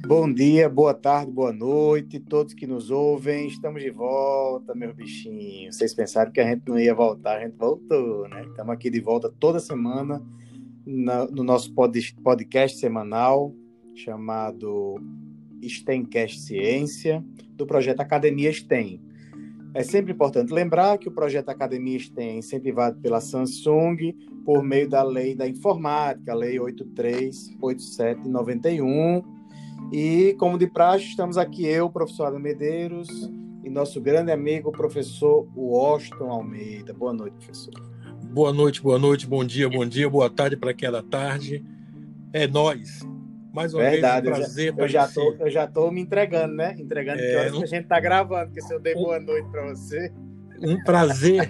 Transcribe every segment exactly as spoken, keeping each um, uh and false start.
Bom dia, boa tarde, boa noite, todos que nos ouvem. Estamos de volta, meus bichinhos. Vocês pensaram que a gente não ia voltar, a gente voltou, né? Estamos aqui de volta toda semana na, no nosso pod, podcast semanal chamado STEMcast Ciência, do projeto Academia STEM. É sempre importante lembrar que o projeto Academia STEM é incentivado pela Samsung por meio da Lei da Informática, a Lei oito três oito sete nove um. E, como de praxe, estamos aqui eu, professor Adam Medeiros, e nosso grande amigo, o professor Washington Almeida. Boa noite, professor. Boa noite, boa noite, bom dia, bom dia, boa tarde para aquela tarde. É nós. Mais uma Verdade, vez, um prazer eu já, para eu, já eu já estou me entregando, né? Entregando é, que horas um, que a gente está gravando, porque se eu dei um, boa noite para você... Um prazer.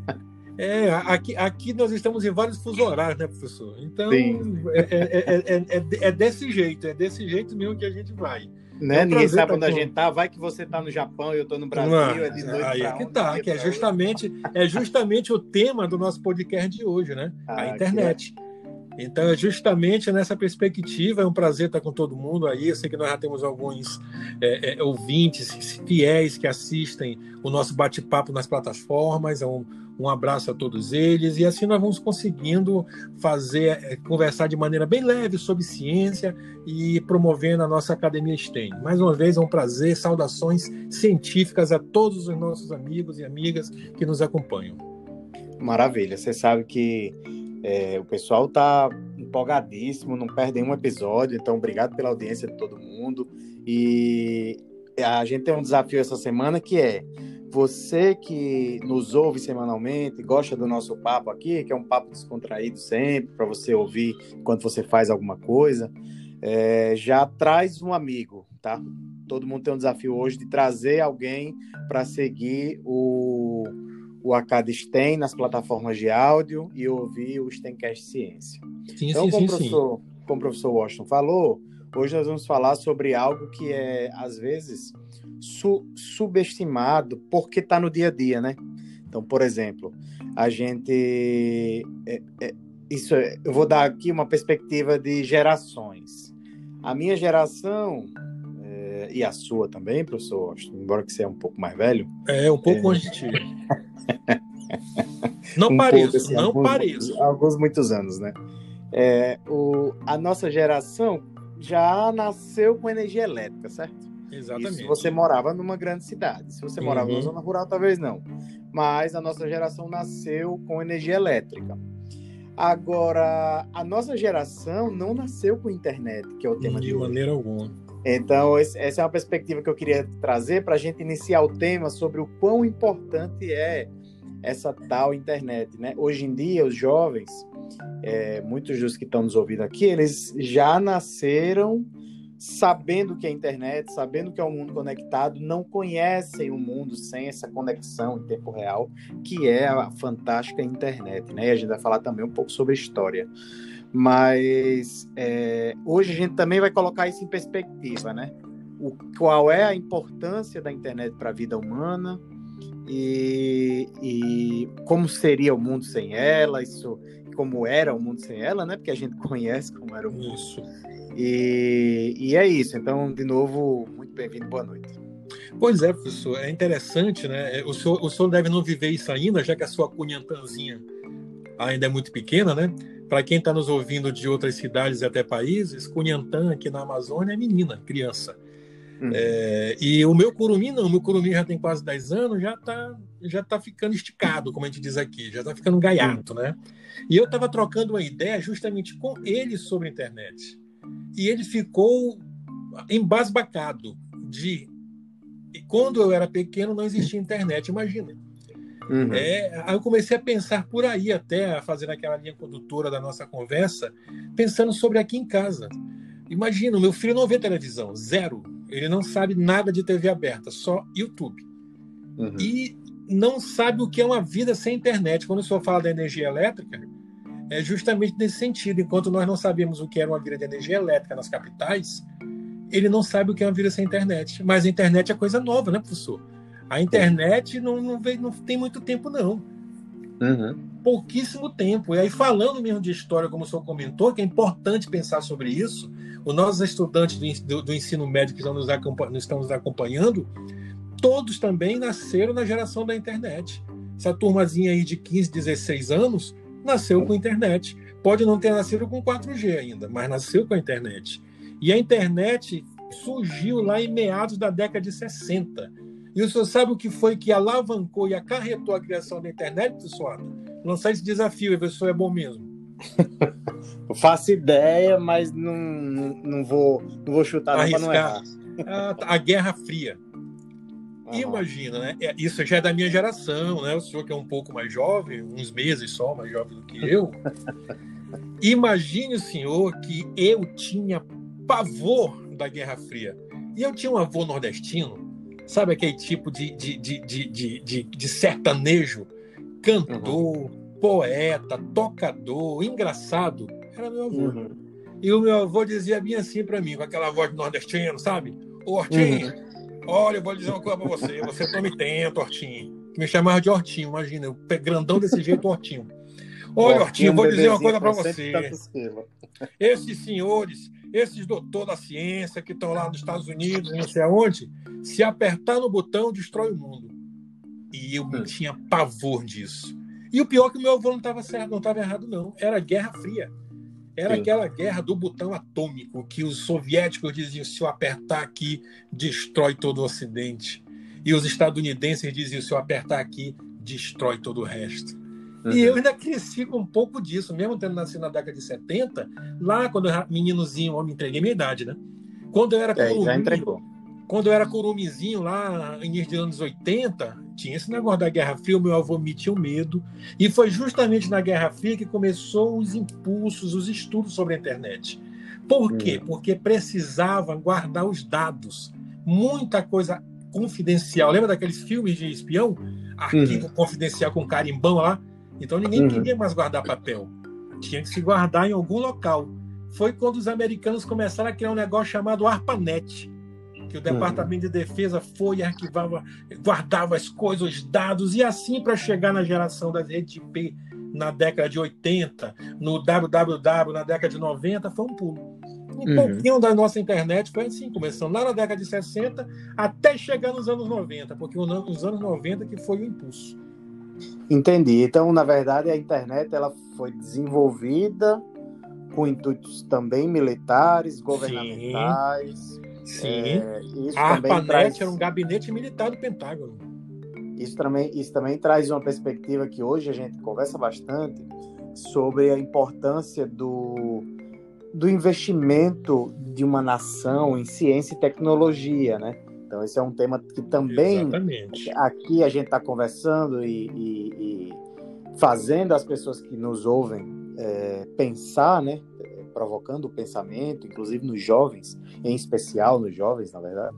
É, aqui, aqui nós estamos em vários fuso horários, né, professor? Então, é, é, é, é, é desse jeito, é desse jeito mesmo que a gente vai. Né? É um Ninguém sabe onde a gente tá. Vai que você tá no Japão e eu tô no Brasil, ah, é de noite aí pra é que onde, tá, que é justamente, é justamente o tema do nosso podcast de hoje, né? Ah, a internet. Que... Então, é justamente nessa perspectiva, é um prazer estar com todo mundo aí. Eu sei que nós já temos alguns é, é, ouvintes fiéis que assistem o nosso bate-papo nas plataformas. É um, um abraço a todos eles. E assim nós vamos conseguindo fazer, é, conversar de maneira bem leve sobre ciência e promovendo a nossa Academia STEM. Mais uma vez, é um prazer. Saudações científicas a todos os nossos amigos e amigas que nos acompanham. Maravilha. Você sabe que É, o pessoal está empolgadíssimo, não perde um episódio, então obrigado pela audiência de todo mundo. E a gente tem um desafio essa semana que é você que nos ouve semanalmente, gosta do nosso papo aqui, que é um papo descontraído sempre, para você ouvir enquanto você faz alguma coisa, é, já traz um amigo, tá? Todo mundo tem um desafio hoje de trazer alguém para seguir o... o Acad STEM nas plataformas de áudio e ouvir o STEMcast Ciência. Sim, então, sim, como, sim, o professor, sim. como o professor Washington falou, hoje nós vamos falar sobre algo que é, às vezes, su- subestimado porque está no dia a dia, né? Então, por exemplo, a gente... É, é, isso é, eu vou dar aqui uma perspectiva de gerações. A minha geração... e a sua também, professor Washington, embora que você é um pouco mais velho. É, um pouco é... mais de ti. Não um pareço, pouco, assim, não alguns, pareço. Alguns muitos anos, né? É, o, a nossa geração já nasceu com energia elétrica, certo? Exatamente. Isso você morava numa grande cidade. Se você uhum. morava numa zona rural, talvez não. Mas a nossa geração nasceu com energia elétrica. Agora, a nossa geração não nasceu com internet, que é o tema de, de hoje. De maneira alguma. Então, essa é uma perspectiva que eu queria trazer para a gente iniciar o tema sobre o quão importante é essa tal internet, né? Hoje em dia, os jovens, é, muitos dos que estão nos ouvindo aqui, eles já nasceram sabendo que é internet, sabendo que é um mundo conectado, não conhecem o mundo sem essa conexão em tempo real, que é a fantástica internet, né? E a gente vai falar também um pouco sobre história. Mas é, hoje a gente também vai colocar isso em perspectiva, né? O, qual é a importância da internet para a vida humana e, e como seria o mundo sem ela, isso, como era o mundo sem ela, né? Porque a gente conhece como era o mundo. Isso. E, e é isso. Então, de novo, muito bem-vindo, boa noite. Pois é, professor, é interessante, né? O senhor, o senhor deve não viver isso ainda, já que a sua cunhantanzinha ainda é muito pequena, né? Para quem está nos ouvindo de outras cidades e até países, Cunhantã, aqui na Amazônia, é menina, criança. Uhum. É, e o meu curumim não, o meu curumim já tem quase dez anos, já está já tá ficando esticado, como a gente diz aqui, já está ficando gaiato, né? E eu estava trocando uma ideia justamente com ele sobre a internet. E ele ficou embasbacado de... E quando eu era pequeno não existia internet, imagina. Uhum. É, aí eu comecei a pensar por aí até, fazendo aquela linha condutora da nossa conversa, pensando sobre aqui em casa. Imagina, o meu filho não vê televisão, zero. Ele não sabe nada de T V aberta, só YouTube. Uhum. E não sabe o que é uma vida sem internet. Quando o senhor fala da energia elétrica, é justamente nesse sentido. Enquanto nós não sabemos o que era uma vida de energia elétrica nas capitais, ele não sabe o que é uma vida sem internet. Mas a internet é coisa nova, né, professor? A internet não, não, veio, não tem muito tempo, não. Uhum. pouquíssimo tempo. E aí, falando mesmo de história, como o senhor comentou, que é importante pensar sobre isso, os nossos estudantes do, do ensino médio que estão nos, estão nos acompanhando, todos também nasceram na geração da internet. Essa turmazinha aí de quinze, dezesseis anos nasceu com internet. Pode não ter nascido com quatro G ainda, mas nasceu com a internet. E a internet surgiu lá em meados da década de sessenta. E o senhor sabe o que foi que alavancou e acarretou a criação da internet, pessoal? Lançar esse desafio e ver se o senhor é bom mesmo. Eu faço ideia, mas não, não, não, vou, não vou chutar não para não errar. A, a Guerra Fria. Uhum. Imagina, né? Isso já é da minha geração, né? O senhor que é um pouco mais jovem, uns meses só mais jovem do que eu. Imagine o senhor que eu tinha pavor da Guerra Fria. E eu tinha um avô nordestino, sabe aquele tipo de, de, de, de, de, de, de sertanejo, cantor, uhum. poeta, tocador, engraçado. Era meu avô. Uhum. E o meu avô dizia bem assim para mim, com aquela voz de nordestino, sabe? Ô, Hortinho, uhum. olha, eu vou dizer uma coisa para você. Você tome tempo, Hortinho. Me chamava de Hortinho, imagina, eu grandão desse jeito, Hortinho. Olha, Hortinho, eu vou dizer uma coisa para você. Esses senhores, esses doutores da ciência que estão lá nos Estados Unidos, não sei aonde, se apertar no botão, destrói o mundo. E eu hum. tinha pavor disso. E o pior é que o meu avô não estava certo, não estava errado, não. Era a Guerra Fria. Era Sim. aquela guerra do botão atômico, que os soviéticos diziam, se eu apertar aqui, destrói todo o Ocidente. E os estadunidenses diziam, se eu apertar aqui, destrói todo o resto. Uhum. E eu ainda cresci com um pouco disso, mesmo tendo nascido na década de setenta, lá quando eu era meninozinho, eu me entreguei minha idade, né? Quando eu era é, já entregou. Quando eu era curumizinho lá, início dos anos oitenta, tinha esse negócio da Guerra Fria, o meu avô me tinha medo. E foi justamente na Guerra Fria que começou os impulsos, os estudos sobre a internet. Por quê? Uhum. Porque precisava guardar os dados. Muita coisa confidencial. Lembra daqueles filmes de espião? Arquivo uhum. confidencial com carimbão lá? Então ninguém uhum. queria mais guardar papel. Tinha que se guardar em algum local. Foi quando os americanos começaram a criar um negócio chamado ARPANET, que o Departamento uhum. de Defesa foi e arquivava, guardava as coisas, os dados, e assim para chegar na geração das redes I P na década de oitenta, no W W W na década de noventa, foi um pulo. Um uhum. pouquinho da nossa internet foi assim, começando lá na década de sessenta até chegar nos anos noventa, porque nos anos noventa que foi o impulso. Entendi. Então, na verdade, a internet ela foi desenvolvida com intuitos também militares, governamentais. Sim. Sim. É, isso a ARPANET traz... era um gabinete militar do Pentágono. Isso também, isso também traz uma perspectiva que hoje a gente conversa bastante sobre a importância do, do investimento de uma nação em ciência e tecnologia, né? Então, esse é um tema que também Exatamente. Aqui a gente está conversando e, e, e fazendo as pessoas que nos ouvem é, pensar, né? Provocando o pensamento, inclusive nos jovens, em especial nos jovens, na verdade.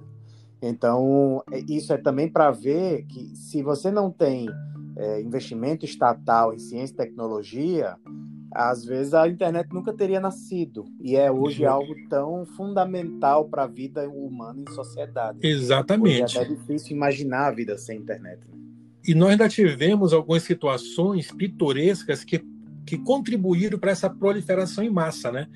Então, isso é também para ver que se você não tem é, investimento estatal em ciência e tecnologia, às vezes a internet nunca teria nascido. E é hoje Exato. Algo tão fundamental para a vida humana em sociedade. Exatamente. Hoje é até difícil imaginar a vida sem internet. E nós ainda tivemos algumas situações pitorescas que que contribuíram para essa proliferação em massa, né?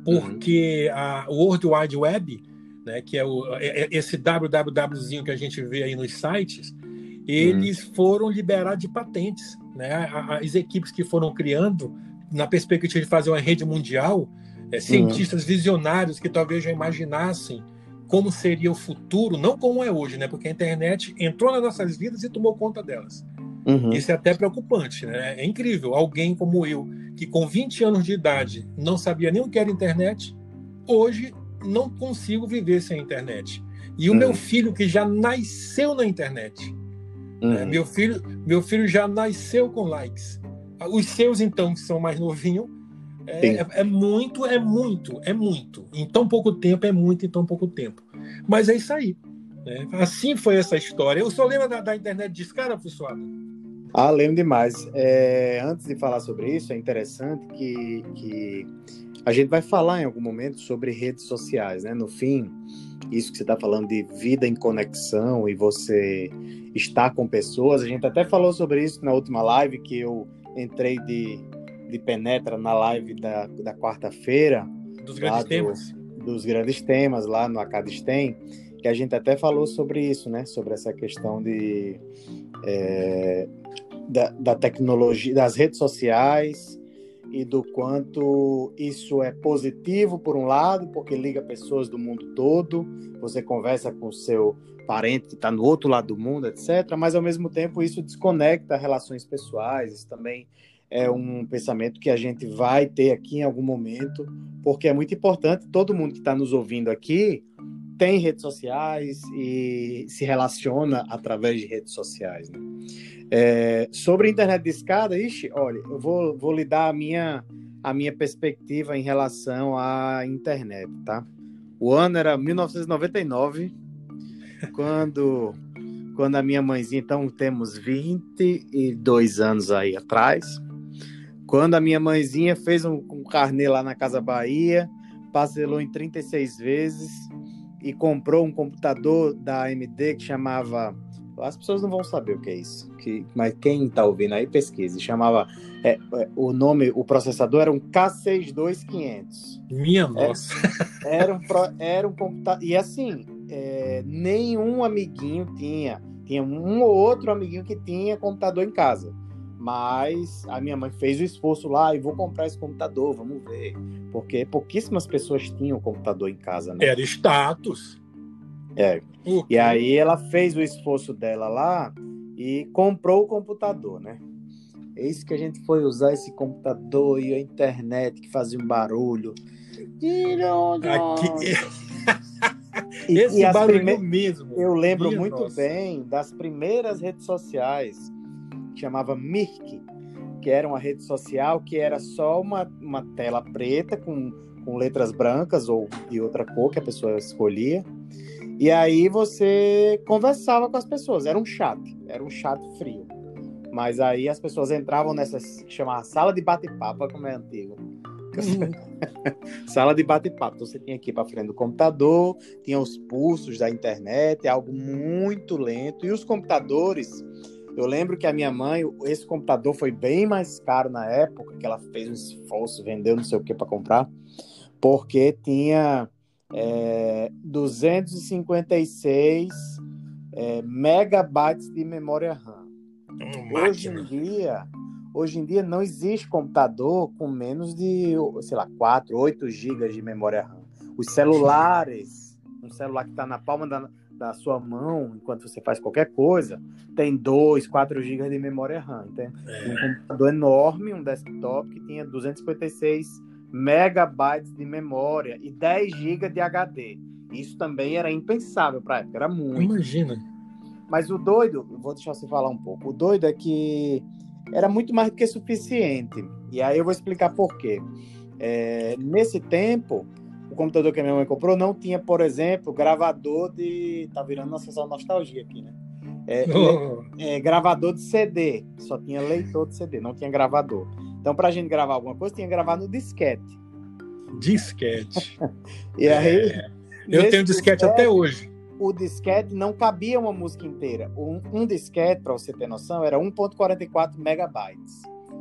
Porque uhum. a World Wide Web, né, que é, o, é esse wwwzinho que a gente vê aí nos sites, eles uhum. foram liberados de patentes, né? As equipes que foram criando, na perspectiva de fazer uma rede mundial, é, cientistas uhum. visionários que talvez já imaginassem como seria o futuro, não como é hoje, né? Porque a internet entrou nas nossas vidas e tomou conta delas. Uhum. Isso é até preocupante, né? É incrível. Alguém como eu, que com vinte anos de idade não sabia nem o que era internet, hoje não consigo viver sem a internet. E o uhum. meu filho, que já nasceu na internet, uhum. né? meu, filho, meu filho já nasceu com likes. Os seus, então, que são mais novinhos, é, é, é muito, é muito, é muito. Em tão pouco tempo, é muito em tão pouco tempo. Mas é isso aí. Né? Assim foi essa história. Eu só lembro da, da internet de escada, professor? Ah, lembro demais. É, antes de falar sobre isso, é interessante que, que a gente vai falar em algum momento sobre redes sociais, né? No fim, isso que você está falando de vida em conexão e você estar com pessoas, a gente até falou sobre isso na última live, que eu entrei de, de penetra na live da, da quarta-feira. Dos grandes do, temas. Dos grandes temas lá no Acadistem, que a gente até falou sobre isso, né? Sobre essa questão de, é, da, da tecnologia, das redes sociais e do quanto isso é positivo, por um lado, porque liga pessoas do mundo todo, você conversa com o seu parente que está no outro lado do mundo, etcétera, mas, ao mesmo tempo, isso desconecta relações pessoais. Isso também é um pensamento que a gente vai ter aqui em algum momento, porque é muito importante. Todo mundo que está nos ouvindo aqui tem redes sociais e se relaciona através de redes sociais, né? É, sobre a internet de escada, ixi, olha, eu vou, vou lhe dar a minha, a minha perspectiva em relação à internet, tá? O ano era mil novecentos e noventa e nove, quando, quando a minha mãezinha, então temos vinte e dois anos aí atrás, quando a minha mãezinha fez um, um carnê lá na Casa Bahia, parcelou em trinta e seis vezes e comprou um computador da A M D que chamava... As pessoas não vão saber o que é isso, que, mas quem está ouvindo aí, pesquise. Chamava... É, é, o nome, o processador era um K sessenta e dois mil e quinhentos. Minha nossa! É, era, um, era um computador... E assim, é, nenhum amiguinho tinha. Tinha um ou outro amiguinho que tinha computador em casa. Mas a minha mãe fez o esforço lá e vou comprar esse computador, vamos ver. Porque pouquíssimas pessoas tinham computador em casa, né? Era status. É. E aí ela fez o esforço dela lá e comprou o computador, né? Eis que a gente foi usar esse computador e a internet que fazia um barulho. Aqui... E, esse e barulho prime... mesmo. Eu lembro Minha muito nossa. bem das primeiras redes sociais, que chamava Mirk, que era uma rede social que era só uma, uma tela preta com, com letras brancas ou de outra cor que a pessoa escolhia. E aí você conversava com as pessoas. Era um chat, era um chat frio. Mas aí as pessoas entravam nessa que chamava sala de bate-papo, como é antigo. Sala de bate-papo. Então você tinha que ir para frente do computador, tinha os pulsos da internet, algo muito lento. E os computadores, eu lembro que a minha mãe, esse computador foi bem mais caro na época, que ela fez um esforço, vendeu não sei o que para comprar, porque tinha é, duzentos e cinquenta e seis é, megabytes de memória RAM. Hoje em dia, hoje em dia não existe computador com menos de, sei lá, quatro, oito gigas de memória RAM. Os celulares, um celular que está na palma da, da sua mão, enquanto você faz qualquer coisa, tem dois, quatro gigas de memória RAM. Então, é. Um computador enorme, um desktop que tinha duzentos e cinquenta e seis megabytes de memória e dez gigas de H D. Isso também era impensável para a época, era muito. Imagina. Mas o doido, vou deixar você falar um pouco, o doido é que era muito mais do que suficiente. E aí eu vou explicar por quê. É, nesse tempo, o computador que a minha mãe comprou não tinha, por exemplo, gravador de... Tá virando uma sessão nostalgia aqui, né? É, oh. é, gravador de C D. Só tinha leitor de C D, não tinha gravador. Então, pra gente gravar alguma coisa, tinha que gravar no disquete. Disquete. E aí... É. Eu tenho disquete, disquete até hoje. O disquete não cabia uma música inteira. Um, um disquete, para você ter noção, era um vírgula quarenta e quatro megabytes.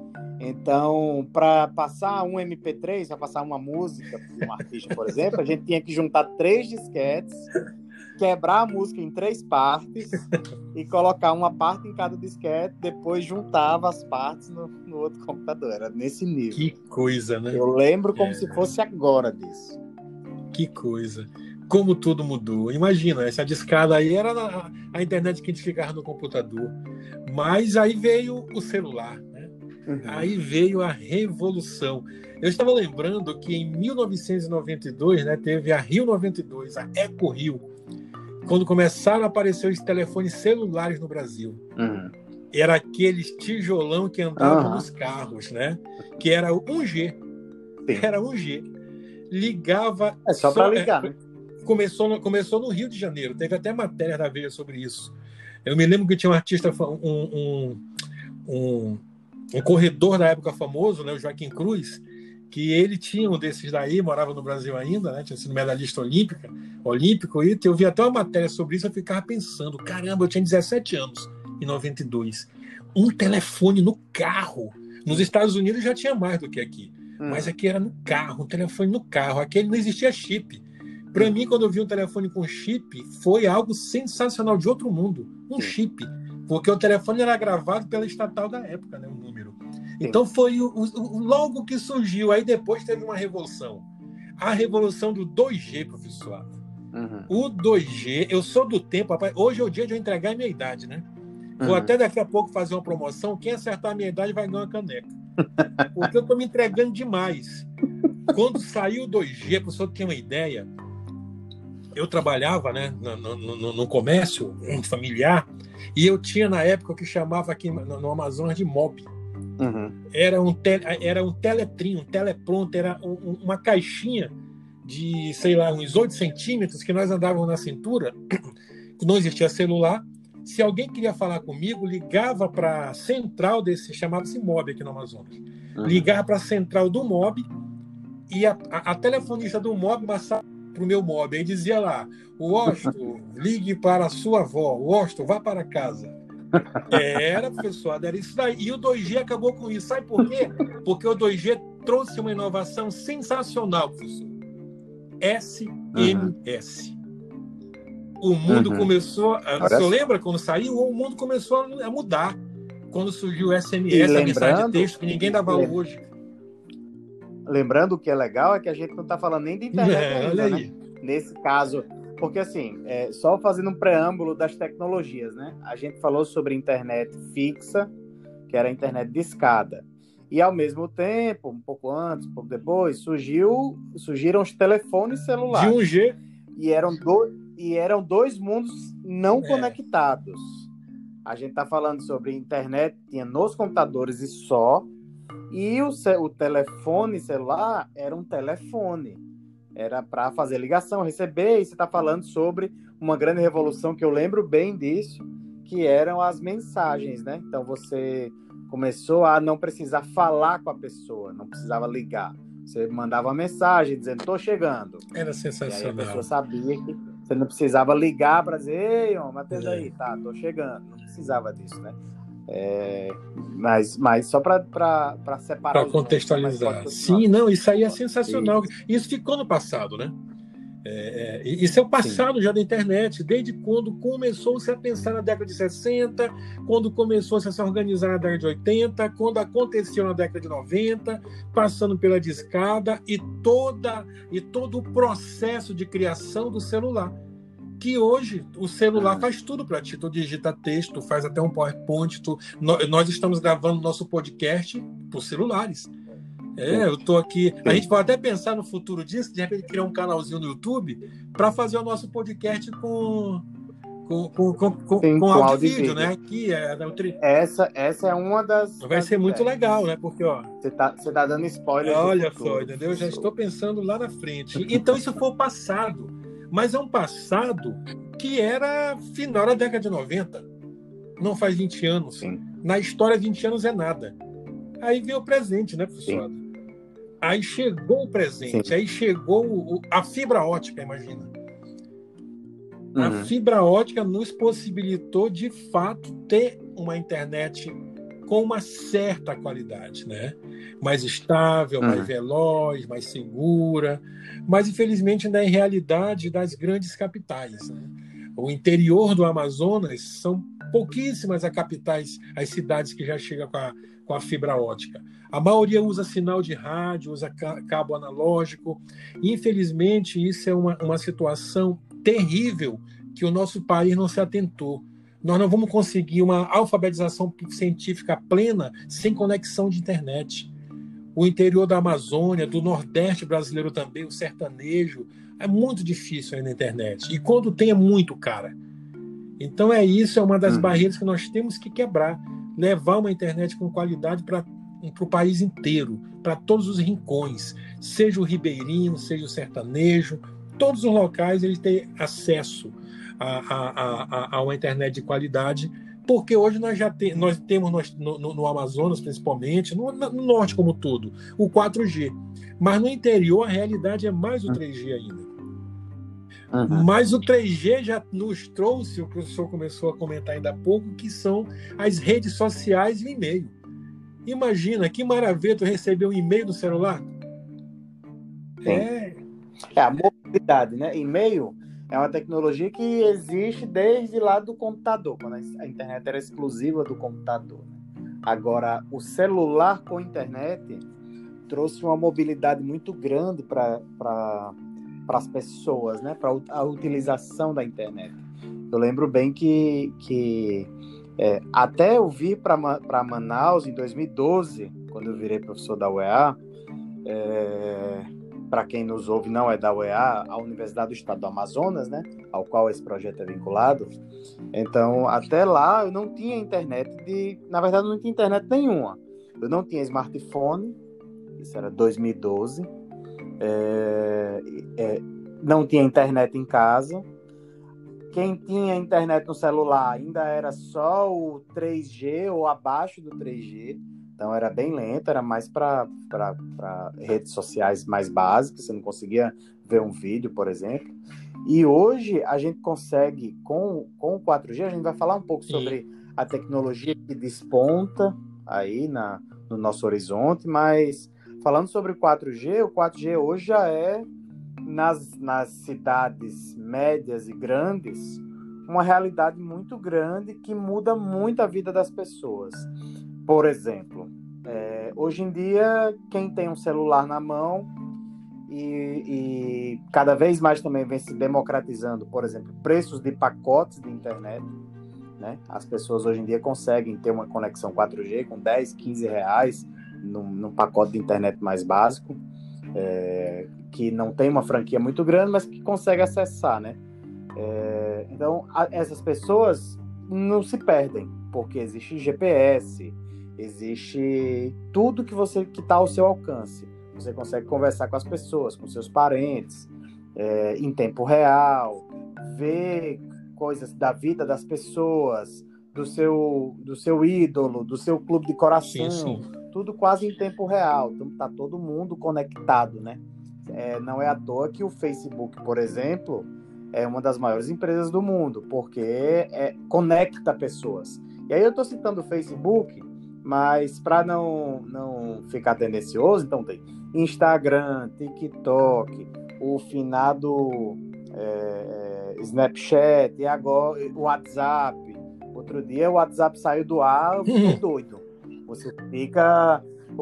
Então, para passar um M P três, para passar uma música de um artista, por exemplo, a gente tinha que juntar três disquetes, quebrar a música em três partes e colocar uma parte em cada disquete, depois juntava as partes no, no outro computador. Era nesse nível. Que coisa, né? Eu lembro como é. se fosse agora disso. Que coisa. Como tudo mudou. Imagina, essa discada aí era a, a internet que a gente ficava no computador. Mas aí veio o celular, né? Uhum. Aí veio a revolução. Eu estava lembrando que em mil novecentos e noventa e dois, né, teve a Rio noventa e dois, a Eco Rio, quando começaram a aparecer os telefones celulares no Brasil. Uhum. Era aqueles tijolão que andavam uhum. nos carros, né? Que era o um G. Sim. Era um G. Ligava... É só para ligar, é, né? Começou no, começou no Rio de Janeiro. Teve até matéria da Veja sobre isso. Eu me lembro que tinha um artista, um, um, um, um corredor da época famoso, né, o Joaquim Cruz, que ele tinha um desses daí, morava no Brasil ainda, né, tinha sido medalhista olímpica, olímpico, e eu vi até uma matéria sobre isso, eu ficava pensando, caramba, eu tinha dezessete anos em noventa e dois. Um telefone no carro. Nos Estados Unidos já tinha mais do que aqui. Hum. Mas aqui era no carro, um telefone no carro. Aqui não existia chip. Para hum. mim, quando eu vi um telefone com chip, foi algo sensacional, de outro mundo. Um Sim. chip. Porque o telefone era gravado pela estatal da época, né, o número. Sim. Então foi o, o, logo que surgiu. Aí depois teve uma revolução. A revolução do dois G, professor. Uhum. O dois G, eu sou do tempo, rapaz, hoje é o dia de eu entregar a minha idade, né? Vou uhum. até daqui a pouco fazer uma promoção. Quem acertar a minha idade vai ganhar uma caneca. Porque eu estou me entregando demais. Quando saiu o dois G, para o senhor ter uma ideia, eu trabalhava, né, no, no, no comércio familiar, e eu tinha na época o que chamava aqui no, no Amazonas de mob. Uhum. Era um, te, era um teletrim, um telepronto, era um, uma caixinha de, sei lá, uns oito centímetros que nós andávamos na cintura, não existia celular. Se alguém queria falar comigo, ligava para a central desse, chamava-se mob aqui no Amazonas. Uhum. Ligava para a central do mob e a, a, a telefonista do mob passava para o meu mob. Aí dizia lá, o Osto, ligue para a sua avó. O Osto, vá para casa. Era, professor, era isso daí. E o dois G acabou com isso. Sabe por quê? Porque o dois G trouxe uma inovação sensacional, professor. S M S. Uhum. O mundo uhum. começou... O senhor lembra quando saiu? O mundo começou a mudar. Quando surgiu o S M S, a mensagem de texto, que ninguém dá valor hoje. Lembrando, o que é legal é que a gente não está falando nem de internet é, ainda, olha aí. Né? Nesse caso... Porque, assim, é, só fazendo um preâmbulo das tecnologias, né? A gente falou sobre internet fixa, que era a internet de escada. E, ao mesmo tempo, um pouco antes, um pouco depois, surgiu, surgiram os telefones celulares. De um G. E eram, do, e eram dois mundos não é. conectados. A gente está falando sobre internet, tinha nos computadores e só. E o, o telefone celular era um telefone. Era para fazer ligação, receber, e você está falando sobre uma grande revolução que eu lembro bem disso, que eram as mensagens, né? Então você começou a não precisar falar com a pessoa, não precisava ligar. Você mandava uma mensagem dizendo, estou chegando. Era sensacional. E aí a pessoa sabia que você não precisava ligar para dizer, ei, homem, atenda aí, tá, estou chegando. Não precisava disso, né? É, mas, mas só para separar. Para contextualizar. Sim, não, isso aí é sensacional. Isso, isso ficou no passado, né? É, é, isso é o passado Sim. já da internet, desde quando começou-se a pensar na década de sessenta, quando começou-se a se organizar na década de oitenta, quando aconteceu na década de noventa, passando pela discada e, toda, e todo o processo de criação do celular. Que hoje o celular faz tudo para ti. Tu digita texto, faz até um PowerPoint. Tu... Nós estamos gravando nosso podcast por celulares. É, eu tô aqui. A gente pode até pensar no futuro disso, de repente criar um canalzinho no YouTube para fazer o nosso podcast com com, com, com, com, Sim, com, com áudio e vídeo, né? Que é, essa, essa é uma das. Vai das ser muito ideias. legal, né? Porque, ó. Você tá, você tá dando spoiler. Olha só, entendeu? Eu já estou pensando lá na frente. Então, isso foi o passado. Mas é um passado que era final da década de noventa. Não faz vinte anos. Sim. Na história, vinte anos é nada. Aí veio o presente, né, professor? Sim. Aí chegou o presente. Sim. Aí chegou o, a fibra ótica, imagina. Uhum. A fibra ótica nos possibilitou, de fato, ter uma internet com uma certa qualidade, né? Mais estável, uhum. mais veloz, mais segura, mas infelizmente ainda é realidade das grandes capitais, né? O interior do Amazonas são pouquíssimas as capitais, as cidades que já chegam com a, com a fibra ótica. A maioria usa sinal de rádio, usa cabo analógico. Infelizmente, isso é uma, uma situação terrível que o nosso país não se atentou. Nós não vamos conseguir uma alfabetização científica plena sem conexão de internet. O interior da Amazônia, do Nordeste brasileiro também, o sertanejo, é muito difícil aí na internet. E quando tem, é muito cara. Então é isso, é uma das uhum. barreiras que nós temos que quebrar. Levar uma internet com qualidade para o país inteiro, para todos os rincões. Seja o ribeirinho, seja o sertanejo, todos os locais eles têm acesso a, a, a, a uma internet de qualidade, porque hoje nós já te, nós temos no, no, no Amazonas, principalmente, no, no norte como todo, o quatro G. Mas no interior a realidade é mais o três G ainda. Uhum. Mas o três G já nos trouxe, o que o senhor começou a comentar ainda há pouco, que são as redes sociais e o e-mail. Imagina, que maravilha tu receber um e-mail no celular. Sim. É... é a mobilidade, né? E-mail é uma tecnologia que existe desde lá do computador, quando a internet era exclusiva do computador. Agora, o celular com internet trouxe uma mobilidade muito grande para para as pessoas, né? Para a utilização da internet. Eu lembro bem que, que é, até eu vir para Manaus em dois mil e doze, quando eu virei professor da U E A, é, para quem nos ouve não é da U E A, a Universidade do Estado do Amazonas, né? Ao qual esse projeto é vinculado. Então, até lá eu não tinha internet, de, na verdade eu não tinha internet nenhuma. Eu não tinha smartphone, isso era dois mil e doze, é, é, não tinha internet em casa. Quem tinha internet no celular ainda era só o três G ou abaixo do três G, então era bem lento, era mais para redes sociais mais básicas, você não conseguia ver um vídeo, por exemplo. E hoje a gente consegue, com, com o quatro G, a gente vai falar um pouco sobre a tecnologia que desponta aí na, no nosso horizonte, mas falando sobre o quatro G, o quatro G hoje já é, nas, nas cidades médias e grandes, uma realidade muito grande que muda muito a vida das pessoas. Por exemplo, é, hoje em dia, quem tem um celular na mão e, e cada vez mais também vem se democratizando, por exemplo, preços de pacotes de internet, né? As pessoas hoje em dia conseguem ter uma conexão quatro G com dez, quinze reais num, num pacote de internet mais básico, é, que não tem uma franquia muito grande, mas que consegue acessar, né? É, então, a, essas pessoas não se perdem, porque existe G P S, existe tudo que você que está ao seu alcance. Você consegue conversar com as pessoas, com seus parentes, é, em tempo real, ver coisas da vida das pessoas, do seu, do seu ídolo, do seu clube de coração, sim, sim. Tudo quase em tempo real. Então, tá todo mundo conectado, né? É, não é à toa que o Facebook, por exemplo, é uma das maiores empresas do mundo, porque é, conecta pessoas. E aí eu estou citando o Facebook, mas para não, não ficar tendencioso, então tem Instagram, TikTok, o finado é, Snapchat, e agora o WhatsApp. Outro dia o WhatsApp saiu do ar, eu fiquei doido. Você fica...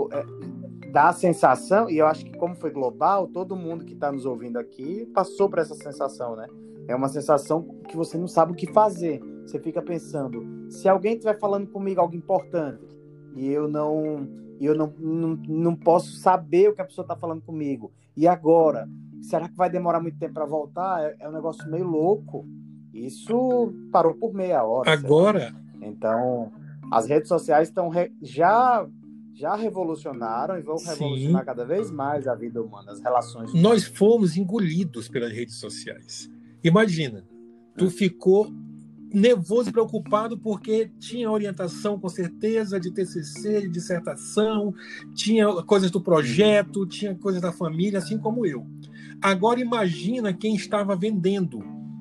É, dá a sensação, e eu acho que como foi global, todo mundo que está nos ouvindo aqui passou por essa sensação, né? É uma sensação que você não sabe o que fazer. Você fica pensando, se alguém estiver falando comigo algo importante, e eu não, eu não, não, não posso saber o que a pessoa está falando comigo, e agora? Será que vai demorar muito tempo para voltar? É, é um negócio meio louco. Isso parou por meia hora. Agora? Então, as redes sociais estão re... já... já revolucionaram e vão Sim. revolucionar cada vez mais a vida humana, as relações humanas. Nós fomos engolidos pelas redes sociais. Imagina, tu hum. ficou nervoso e preocupado porque tinha orientação, com certeza, de T C C, de dissertação, tinha coisas do projeto, hum. tinha coisas da família, assim como eu. Agora imagina quem estava vendendo.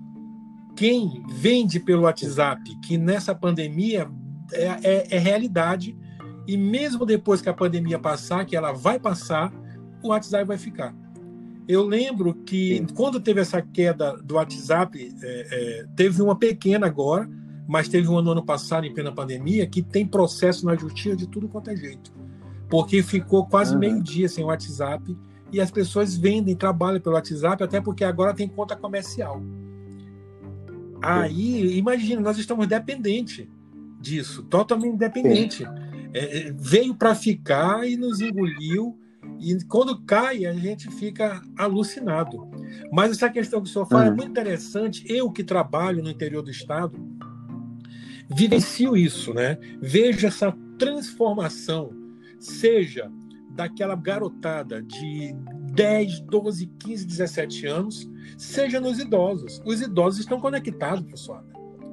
Quem vende pelo WhatsApp, que nessa pandemia é, é, é realidade. E mesmo depois que a pandemia passar, que ela vai passar, o WhatsApp vai ficar. Eu lembro que Sim. quando teve essa queda do WhatsApp, é, é, teve uma pequena agora, mas teve uma no ano passado, em plena pandemia, que tem processo na justiça de tudo quanto é jeito. Porque ficou quase uhum. meio dia sem WhatsApp e as pessoas vendem, trabalham pelo WhatsApp, até porque agora tem conta comercial. Sim. Aí, imagina, nós estamos dependentes disso, totalmente dependentes. É, veio para ficar e nos engoliu, e quando cai a gente fica alucinado. Mas essa questão que o senhor fala uhum. é muito interessante. Eu que trabalho no interior do estado vivencio isso, né? Vejo essa transformação, seja daquela garotada de dez, doze, quinze, dezessete anos, seja nos idosos. Os idosos estão conectados, pessoal.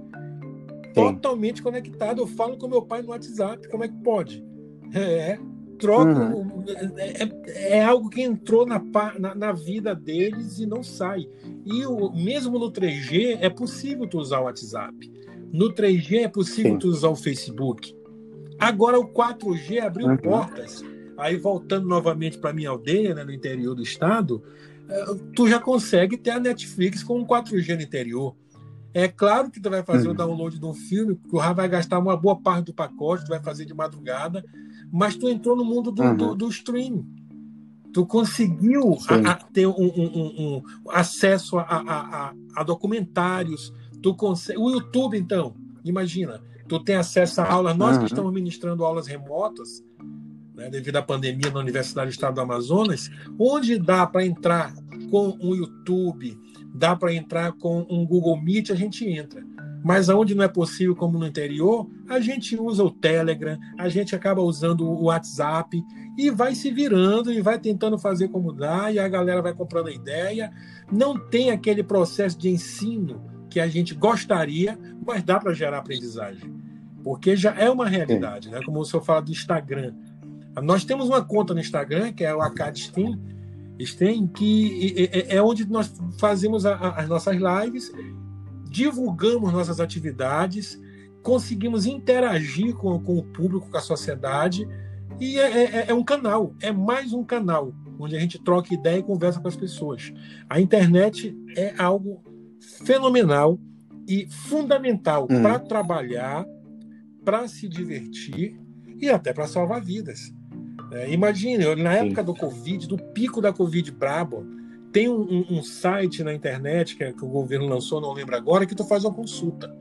Totalmente conectado. Eu falo com meu pai no WhatsApp. Como é que pode? É, troca. Uhum. É, é algo que entrou na, na, na vida deles e não sai. E o, mesmo no três G é possível tu usar o WhatsApp. No três G é possível Sim. tu usar o Facebook. Agora o quatro G abriu Uhum. portas. Aí, voltando novamente para a minha aldeia, né, no interior do estado, tu já consegue ter a Netflix com um quatro G no interior. É claro que tu vai fazer Uhum. o download de um filme, tu já vai gastar uma boa parte do pacote, tu vai fazer de madrugada, mas tu entrou no mundo do, Uhum. do, do streaming. Tu conseguiu a, a ter um, um, um, um acesso a, a, a, a documentários. Tu consegue... O YouTube, então, imagina, tu tem acesso a aulas. Nós que Uhum. estamos ministrando aulas remotas, né, devido à pandemia na Universidade do Estado do Amazonas, onde dá para entrar com um YouTube, dá para entrar com um Google Meet, a gente entra. Mas aonde não é possível, como no interior, a gente usa o Telegram, a gente acaba usando o WhatsApp e vai se virando e vai tentando fazer como dá, e a galera vai comprando a ideia. Não tem aquele processo de ensino que a gente gostaria, mas dá para gerar aprendizagem. Porque já é uma realidade, né? Como o senhor fala do Instagram. Nós temos uma conta no Instagram, que é o AcadStem, Stem, que é onde nós fazemos as nossas lives, divulgamos nossas atividades, conseguimos interagir com, com o público, com a sociedade, e é, é, é um canal, é mais um canal, onde a gente troca ideia e conversa com as pessoas. A internet é algo fenomenal e fundamental Uhum. para trabalhar, para se divertir e até para salvar vidas. É, imagine, na época Sim. do Covid, do pico da Covid brabo, tem um, um, um site na internet que, que o governo lançou, não lembro agora, que tu faz uma consulta.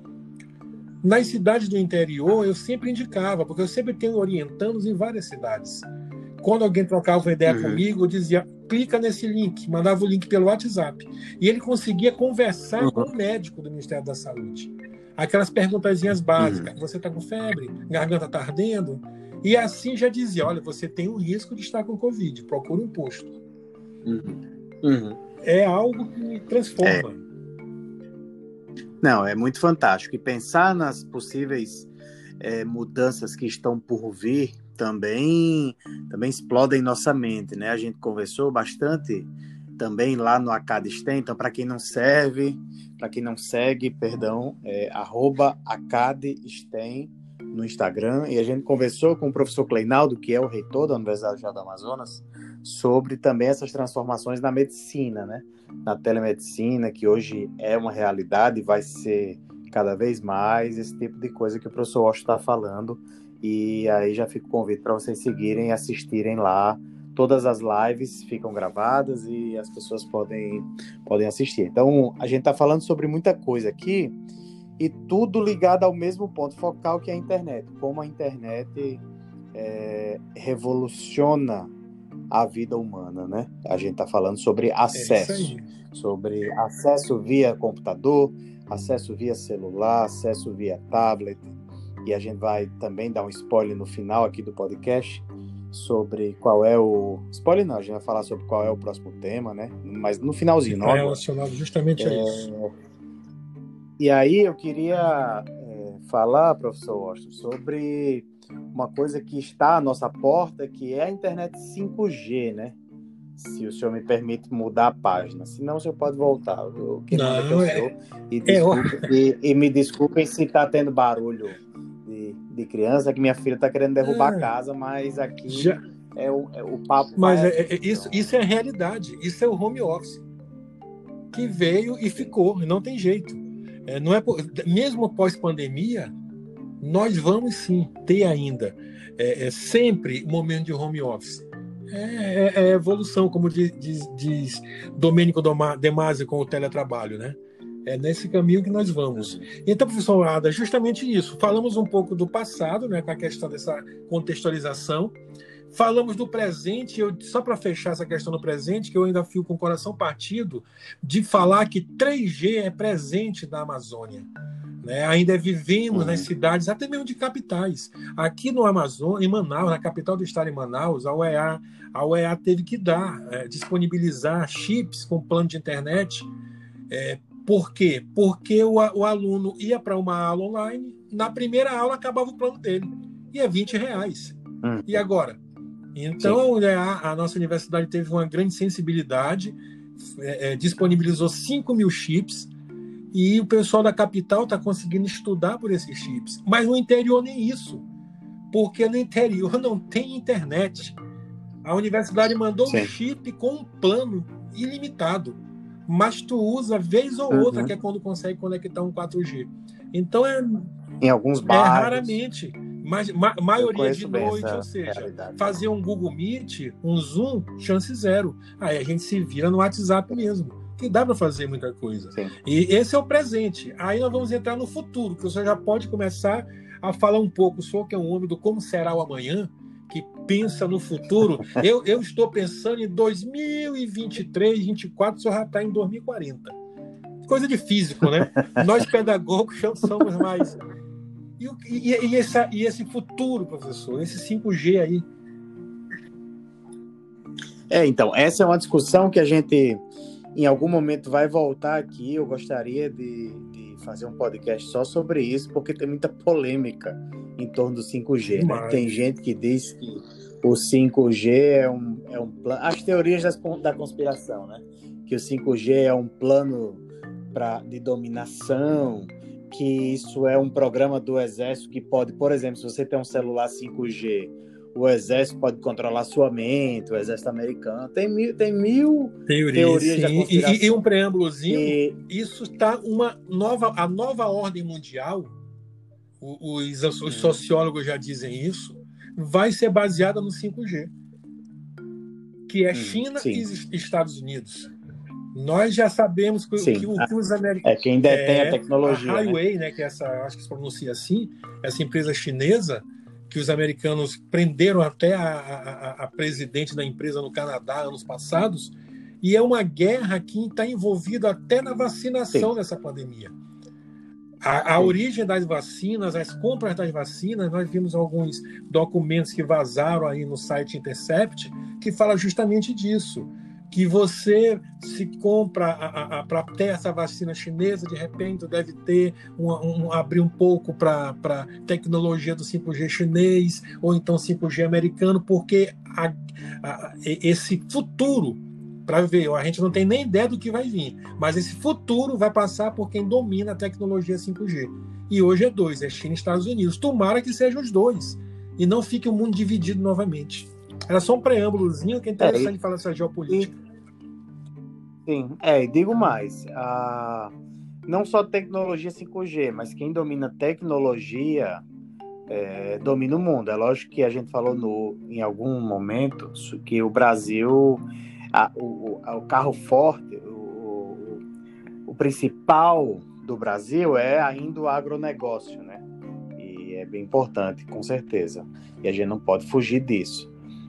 Nas cidades do interior, eu sempre indicava, porque eu sempre tenho orientandos em várias cidades. Quando alguém trocava uma ideia uhum. comigo, eu dizia, clica nesse link, mandava o link pelo WhatsApp. E ele conseguia conversar uhum. com o médico do Ministério da Saúde. Aquelas perguntazinhas básicas. Uhum. Você está com febre? Garganta está ardendo? E assim já dizia, olha, você tem um risco de estar com Covid, procure um posto. Uhum. Uhum. É algo que me transforma. É. Não, é muito fantástico. E pensar nas possíveis é, mudanças que estão por vir também, também explodem nossa mente, né? A gente conversou bastante também lá no AcadStem. Então, para quem não serve, para quem não segue, perdão, é arroba AcadStem no Instagram, e a gente conversou com o professor Kleinaldo, que é o reitor da Universidade do Estado do Amazonas, sobre também essas transformações na medicina, né? Na telemedicina, que hoje é uma realidade e vai ser cada vez mais esse tipo de coisa que o professor Washington está falando. E aí já fica o convite para vocês seguirem e assistirem lá. Todas as lives ficam gravadas e as pessoas podem, podem assistir. Então, a gente está falando sobre muita coisa aqui, e tudo ligado ao mesmo ponto focal, que é a internet. Como a internet é, revoluciona a vida humana, né? A gente está falando sobre acesso. É sobre acesso via computador, acesso via celular, acesso via tablet. E a gente vai também dar um spoiler no final aqui do podcast sobre qual é o... Spoiler não, a gente vai falar sobre qual é o próximo tema, né? Mas no finalzinho. Está relacionado justamente a é... isso. E aí eu queria é, falar, professor Washington, sobre uma coisa que está à nossa porta, que é a internet cinco G, né? Se o senhor me permite mudar a página. Se não, o senhor pode voltar. Eu quem manda aqui é o senhor. E, desculpe, é... e, e me desculpem se está tendo barulho de, de criança, que minha filha está querendo derrubar ah, a casa, mas aqui já... é, o, é o papo. Mas é, é, isso, isso é a realidade. Isso é o home office. Que veio e ficou, não tem jeito. É, não é, mesmo pós-pandemia, nós vamos sim ter ainda é, é sempre momento de home office. É, é, é evolução, como diz, diz, diz Domênico De Masi com o teletrabalho, né? É nesse caminho que nós vamos. Então, professor Ada, justamente isso. Falamos um pouco do passado, né, com a questão dessa contextualização. Falamos do presente, eu, só para fechar essa questão do presente, que eu ainda fico com o coração partido de falar que três G é presente da Amazônia. Né? Ainda vivemos uhum. nas cidades, até mesmo de capitais. Aqui no Amazonas, em Manaus, na capital do estado, em Manaus, a U E A, a U E A teve que dar, é, disponibilizar chips com plano de internet. É, por quê? Porque o, o aluno ia para uma aula online, na primeira aula acabava o plano dele, e é vinte reais. Uhum. E agora? Então, a, a nossa universidade teve uma grande sensibilidade, é, é, disponibilizou cinco mil chips, e o pessoal da capital está conseguindo estudar por esses chips. Mas no interior nem isso. porque no interior não tem internet. A universidade mandou Sim. um chip com um plano ilimitado, mas tu usa vez ou outra, uhum. que é quando consegue conectar um quatro G. Então é... Em alguns bairros. É raramente. Mas ma- maioria de noite, ou seja, realidade. Fazer um Google Meet, um Zoom, chance zero. Aí a gente se vira no WhatsApp mesmo. Que dá para fazer muita coisa. Sim. E esse é o presente. Aí nós vamos entrar no futuro, que o senhor já pode começar a falar um pouco. O senhor que é um homem do como será o amanhã, que pensa no futuro. Eu, eu estou pensando em dois mil e vinte e três, dois mil e vinte e quatro, o senhor já está em dois mil e quarenta. Coisa de físico, né? Nós pedagogos já somos mais... E, e, e, essa, e esse futuro, professor, esse cinco G aí? É, então, essa é uma discussão que a gente, em algum momento, vai voltar aqui. Eu gostaria de, de fazer um podcast só sobre isso, porque tem muita polêmica em torno do cinco G, né? Tem gente que diz que o cinco G é um, é um plano... As teorias das, da conspiração, né? Que o cinco G é um plano pra, de dominação, que isso é um programa do Exército que pode, por exemplo, se você tem um celular cinco G, o Exército pode controlar sua mente, o Exército americano. Tem mil, tem mil Teoria, teorias sim. da conspiração. E, e um preâmbulozinho, e... isso está uma nova, a nova ordem mundial, os, os sociólogos já dizem isso, vai ser baseada no cinco G, que é China sim. e Estados Unidos. Nós já sabemos que, que, o, que os americanos... É quem detém é, a tecnologia. A Huawei, né? né, que é essa, acho que se pronuncia assim, essa empresa chinesa, que os americanos prenderam até a, a, a presidente da empresa no Canadá anos passados, e é uma guerra que está envolvida até na vacinação Sim. dessa pandemia. A, a origem das vacinas, as compras das vacinas, nós vimos alguns documentos que vazaram aí no site Intercept, que fala justamente disso. Que você se compra para ter essa vacina chinesa, de repente deve ter um, um, abrir um pouco para a tecnologia do cinco G chinês, ou então cinco G americano, porque a, a, esse futuro, para ver, a gente não tem nem ideia do que vai vir, mas esse futuro vai passar por quem domina a tecnologia cinco G. E hoje é dois, é China e Estados Unidos. Tomara que sejam os dois, e não fique o mundo dividido novamente. Era só um preâmbulozinho que é interessante é, falar dessa geopolítica. E, sim, é, e digo mais, a, não só tecnologia cinco G, mas quem domina tecnologia é, domina o mundo. É lógico que a gente falou no, em algum momento que o Brasil, a, o, o carro forte, o, o, o principal do Brasil é ainda o agronegócio, né? E é bem importante, com certeza. E a gente não pode fugir disso.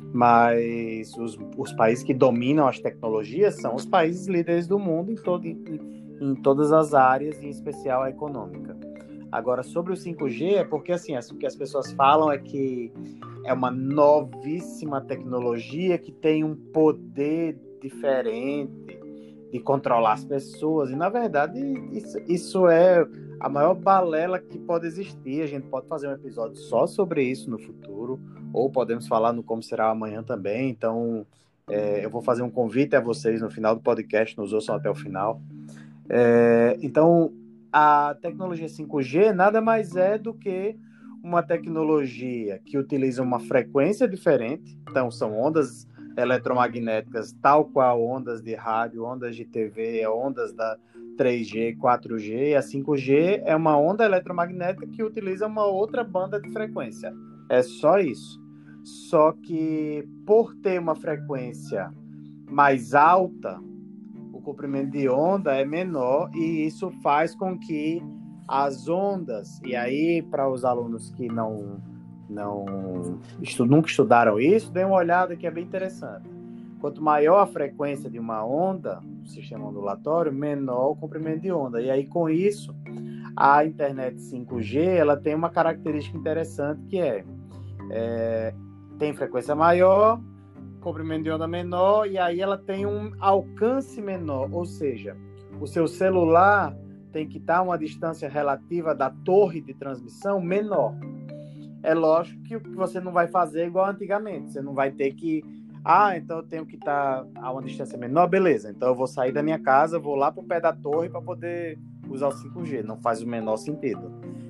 Mas os, os países que dominam as tecnologias são os países líderes do mundo em, todo, em, em todas as áreas, em especial a econômica. Agora, sobre o cinco G, é porque assim, o que as pessoas falam é que é uma novíssima tecnologia que tem um poder diferente de controlar as pessoas, e na verdade isso, isso é a maior balela que pode existir. A gente pode fazer um episódio só sobre isso no futuro, ou podemos falar no Como Será Amanhã também. Então é, eu vou fazer um convite a vocês no final do podcast, nos ouçam até o final. É, então a tecnologia cinco G nada mais é do que uma tecnologia que utiliza uma frequência diferente, então são ondas eletromagnéticas, tal qual ondas de rádio, ondas de T V, ondas da três G, quatro G, e a cinco G é uma onda eletromagnética que utiliza uma outra banda de frequência. É só isso. Só que por ter uma frequência mais alta, o comprimento de onda é menor, e isso faz com que as ondas, e aí para os alunos que não não estu, nunca estudaram isso, dê uma olhada que é bem interessante. Quanto maior a frequência de uma onda, no sistema ondulatório, menor o comprimento de onda. E aí, com isso, a internet cinco G ela tem uma característica interessante, que é, é tem frequência maior, comprimento de onda menor, e aí ela tem um alcance menor, ou seja, o seu celular tem que estar a uma distância relativa da torre de transmissão menor. É lógico que você não vai fazer igual antigamente. Você não vai ter que... Ah, então eu tenho que estar a uma distância menor. Beleza, então eu vou sair da minha casa, vou lá para o pé da torre para poder usar o cinco G. Não faz o menor sentido.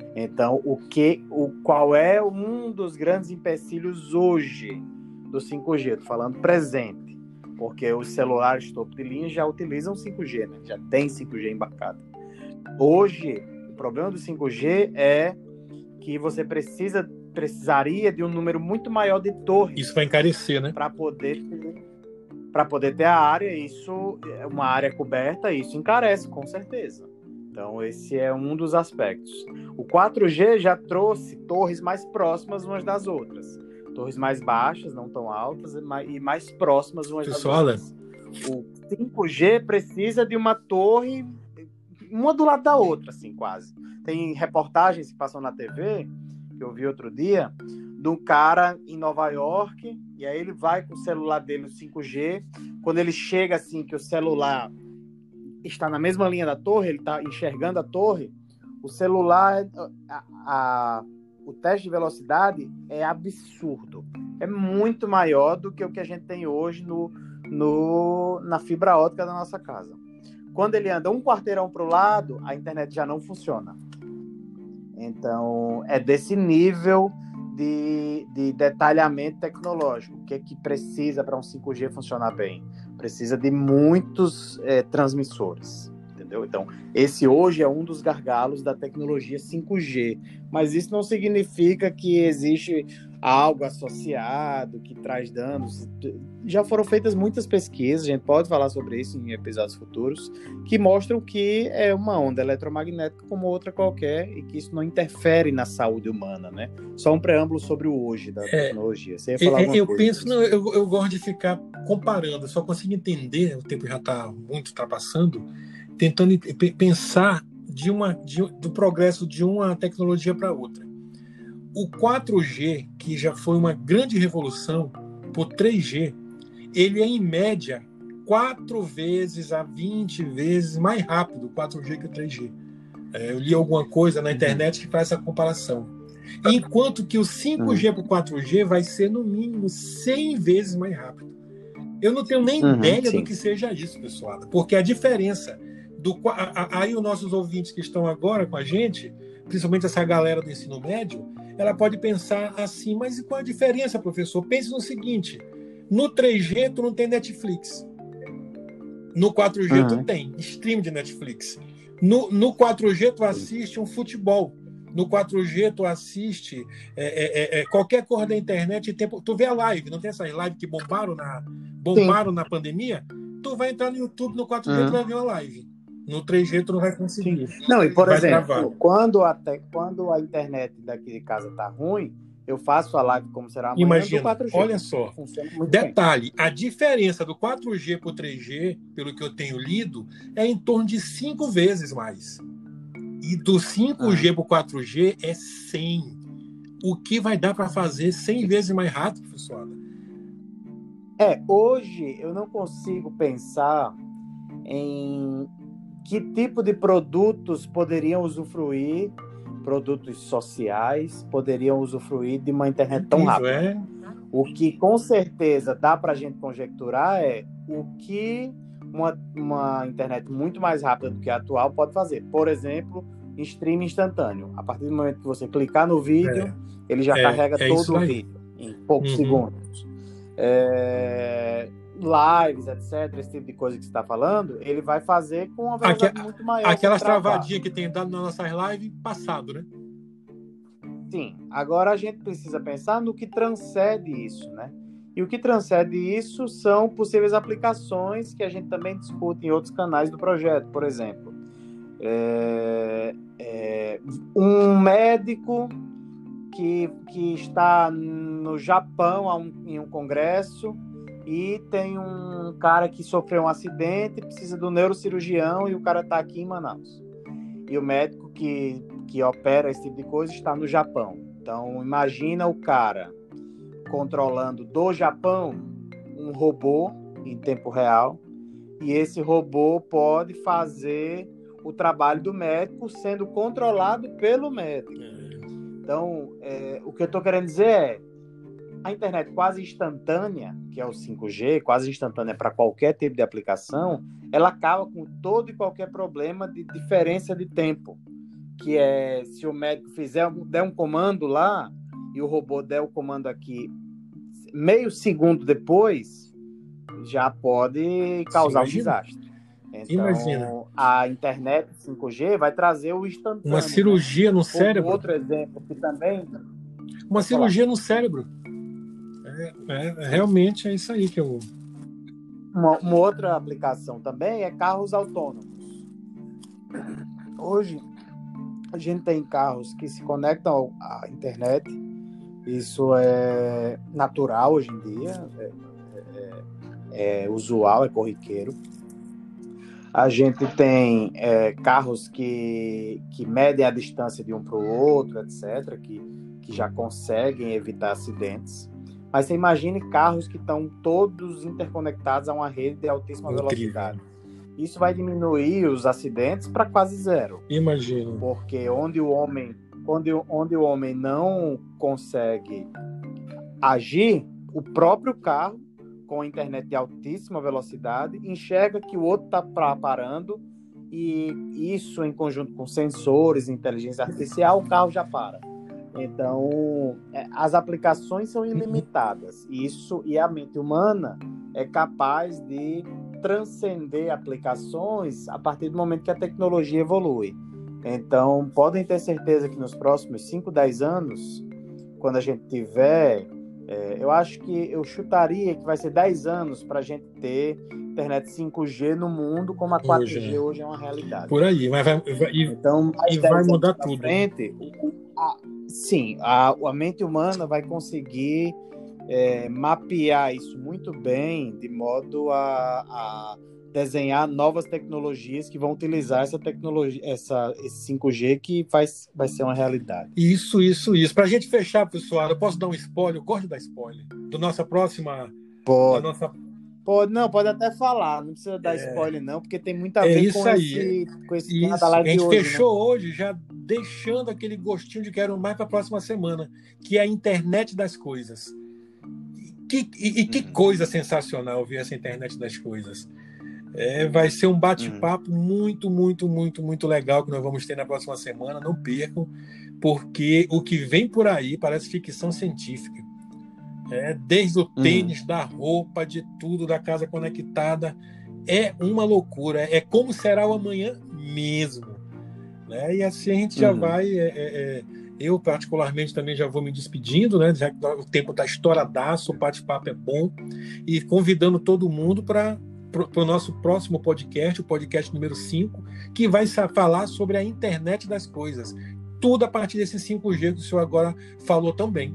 Então, o que, o, qual é um dos grandes empecilhos hoje do cinco G? Estou falando presente, porque os celulares topo de linha já utilizam cinco G, né? Já tem cinco G embarcado. Hoje, o problema do cinco G é que você precisa, precisaria de um número muito maior de torres. Isso vai encarecer, né? Para poder, para poder ter a área, isso é uma área coberta, isso encarece, com certeza. Então, esse é um dos aspectos. O quatro G já trouxe torres mais próximas umas das outras. Torres mais baixas, não tão altas, e mais próximas umas Pessoal, das outras. O cinco G precisa de uma torre, uma do lado da outra, assim, quase. Tem reportagens que passam na T V, que eu vi outro dia, de um cara em Nova York, e aí ele vai com o celular dele, o cinco G. Quando ele chega, assim, que o celular está na mesma linha da torre, ele está enxergando a torre, o celular, a, a, o teste de velocidade é absurdo. É muito maior do que o que a gente tem hoje no, no, na fibra ótica da nossa casa. Quando ele anda um quarteirão para o lado, a internet já não funciona. Então, é desse nível de, de detalhamento tecnológico. O que é que precisa para um cinco G funcionar bem? Precisa de muitos é, transmissores, entendeu? Então, esse hoje é um dos gargalos da tecnologia cinco G, mas isso não significa que existe algo associado, que traz danos. Já foram feitas muitas pesquisas, a gente pode falar sobre isso em episódios futuros, que mostram que é uma onda eletromagnética como outra qualquer e que isso não interfere na saúde humana, né? Só um preâmbulo sobre o hoje da tecnologia. Você ia falar é, alguma eu coisa? penso, não, eu, eu gosto de ficar comparando, eu só consigo entender, o tempo já está muito ultrapassando, tentando pensar de uma, de, do progresso de uma tecnologia para outra. O quatro G, que já foi uma grande revolução, por três G, ele é, em média, quatro vezes a vinte vezes mais rápido, o quatro G que o três G. É, eu li alguma coisa na internet que faz essa comparação. Enquanto que o cinco G para o quatro G vai ser, no mínimo, cem vezes mais rápido. Eu não tenho nem uhum, ideia sim. do que seja isso, pessoal, porque a diferença do... Aí os nossos ouvintes que estão agora com a gente, principalmente essa galera do ensino médio, ela pode pensar assim, mas e qual a diferença, professor? Pense no seguinte, no três G tu não tem Netflix, no quatro G uhum. tu tem stream de Netflix, no, no quatro G tu assiste um futebol, no quatro G tu assiste é, é, é, qualquer coisa da internet, tempo, tu vê a live, não tem essas lives que bombaram na, bombaram na pandemia? Tu vai entrar no YouTube no quatro G, uhum. tu vai ver uma live. No três G tu não vai conseguir. Sim. Não, e por vai exemplo, quando, até, quando a internet daqui de casa tá ruim, eu faço a live como será amanhã. Imagina, do quatro G. Olha só, detalhe, bem. A diferença do quatro G para o três G, pelo que eu tenho lido, é em torno de cinco vezes mais. E do cinco G ah. para o quatro G é cem. O que vai dar para fazer cem vezes mais rápido, pessoal? É, hoje eu não consigo pensar em que tipo de produtos poderiam usufruir, produtos sociais, poderiam usufruir de uma internet tão rápida. É? O que com certeza dá para a gente conjecturar é o que uma, uma internet muito mais rápida do que a atual pode fazer. Por exemplo, em streaming instantâneo. A partir do momento que você clicar no vídeo, é. ele já é, carrega é todo o vídeo em poucos uhum. segundos. É... lives, etcétera, esse tipo de coisa que você está falando, ele vai fazer com uma velocidade Aqui, muito maior. Aquelas travadinhas que tem dado nas nossas lives, passado, né? Sim. Agora a gente precisa pensar no que transcende isso, né? E o que transcende isso são possíveis aplicações que a gente também discute em outros canais do projeto. Por exemplo, é, é, um médico que, que está no Japão a um, em um congresso e tem um cara que sofreu um acidente, precisa do neurocirurgião e o cara está aqui em Manaus. E o médico que, que opera esse tipo de coisa está no Japão. Então, imagina o cara controlando do Japão um robô em tempo real e esse robô pode fazer o trabalho do médico sendo controlado pelo médico. Então, é, o que eu estou querendo dizer é a internet quase instantânea, que é o cinco G, quase instantânea para qualquer tipo de aplicação, ela acaba com todo e qualquer problema de diferença de tempo, que é se o médico fizer der um comando lá e o robô der o comando aqui meio segundo depois, já pode causar um desastre. Então, Imagina. a internet cinco G vai trazer o instantâneo. Uma cirurgia né? no cérebro. Outro exemplo que também... Uma cirurgia no cérebro. É, é, realmente é isso aí que eu... Uma, uma outra aplicação também é carros autônomos. Hoje, a gente tem carros que se conectam à internet. Isso é natural hoje em dia. É, é, é usual, é corriqueiro. A gente tem é, carros que, que medem a distância de um para o outro, etcétera, que, que já conseguem evitar acidentes. Mas você imagine carros que estão todos interconectados a uma rede de altíssima Incrível. velocidade. Isso vai diminuir os acidentes para quase zero. Imagino. Porque onde o homem, onde, onde o homem não consegue agir, o próprio carro, com a internet de altíssima velocidade, enxerga que o outro está parando e isso, em conjunto com sensores, inteligência artificial, o carro já para. Então, as aplicações são ilimitadas. Isso, e a mente humana é capaz de transcender aplicações a partir do momento que a tecnologia evolui. Então, podem ter certeza que nos próximos cinco, dez anos, quando a gente tiver... É, eu acho que eu chutaria que vai ser dez anos para a gente ter internet cinco G no mundo, como a quatro G hoje, hoje é uma realidade. Por aí, mas vai, vai, e, então, e vai mudar tudo. Frente, a, sim, a, a mente humana vai conseguir é, mapear isso muito bem, de modo a, a desenhar novas tecnologias que vão utilizar essa tecnologia, essa, esse cinco G que faz, vai ser uma realidade. Isso, isso, isso. Para a gente fechar, pessoal, eu posso dar um spoiler? Eu gosto de dar spoiler. Do nossa próxima... Pode. Da nossa... Pode, não, pode até falar. Não precisa dar é... spoiler, não, porque tem muito a é ver isso com, aí. esse, com esse isso. da live A gente de hoje, fechou né? hoje já deixando aquele gostinho de quero mais para a próxima semana, que é a internet das coisas. Que, e, e que hum. coisa sensacional ver essa internet das coisas. É, vai ser um bate-papo hum. muito, muito, muito, muito legal que nós vamos ter na próxima semana. Não percam, porque o que vem por aí parece ficção científica. É, desde o tênis, hum. da roupa, de tudo, da casa conectada. É uma loucura. É como será o amanhã mesmo. Né? E assim a gente já hum. vai... É, é, eu, particularmente, também já vou me despedindo, né? Já que o tempo está estouradaço, o bate-papo é bom. E convidando todo mundo para... para o nosso próximo podcast, o podcast número cinco, que vai falar sobre a internet das coisas. Tudo a partir desse cinco G que o senhor agora falou também.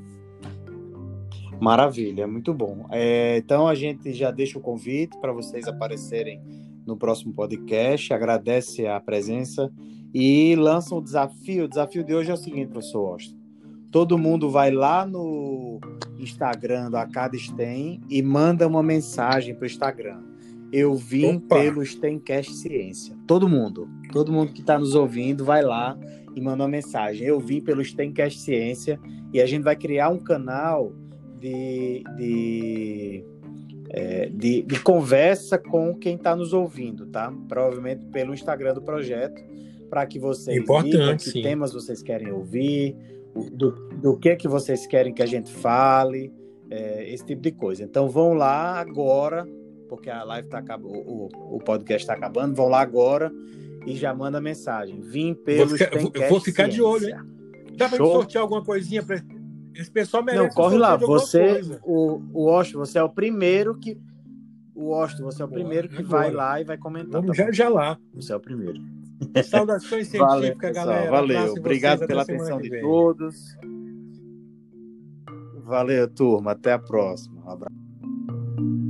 Maravilha, muito bom. É, então a gente já deixa o convite para vocês aparecerem no próximo podcast, agradece a presença e lança o desafio. O desafio de hoje é o seguinte, professor Austin. Todo mundo vai lá no Instagram do Acadestem e manda uma mensagem para o Instagram. Eu vim Opa. pelo Stencast Ciência. Todo mundo, todo mundo que está nos ouvindo, vai lá e manda uma mensagem. Eu vim pelo Stencast Ciência e a gente vai criar um canal de, de, é, de, de conversa com quem está nos ouvindo, tá? Provavelmente pelo Instagram do projeto, para que vocês digam que sim. temas vocês querem ouvir, Do, do que que vocês querem que a gente fale, é, esse tipo de coisa. Então vão lá agora, porque a live tá acabando, o, o podcast está acabando, vão lá agora e já manda mensagem. Vim pelo vou ficar, Stencast vou ficar Ciência. de olho, hein? Dá para sortear alguma coisinha para esse pessoal merece. Não, corre um lá, de você, coisa. o, o Austin, você é o primeiro que o Austin, você é o primeiro que vai lá e vai comentar. Vamos tá já, já lá. Você é o primeiro. Saudações científicas, galera. Valeu, obrigado pela atenção de todos. Valeu, turma. Até a próxima. Um abraço.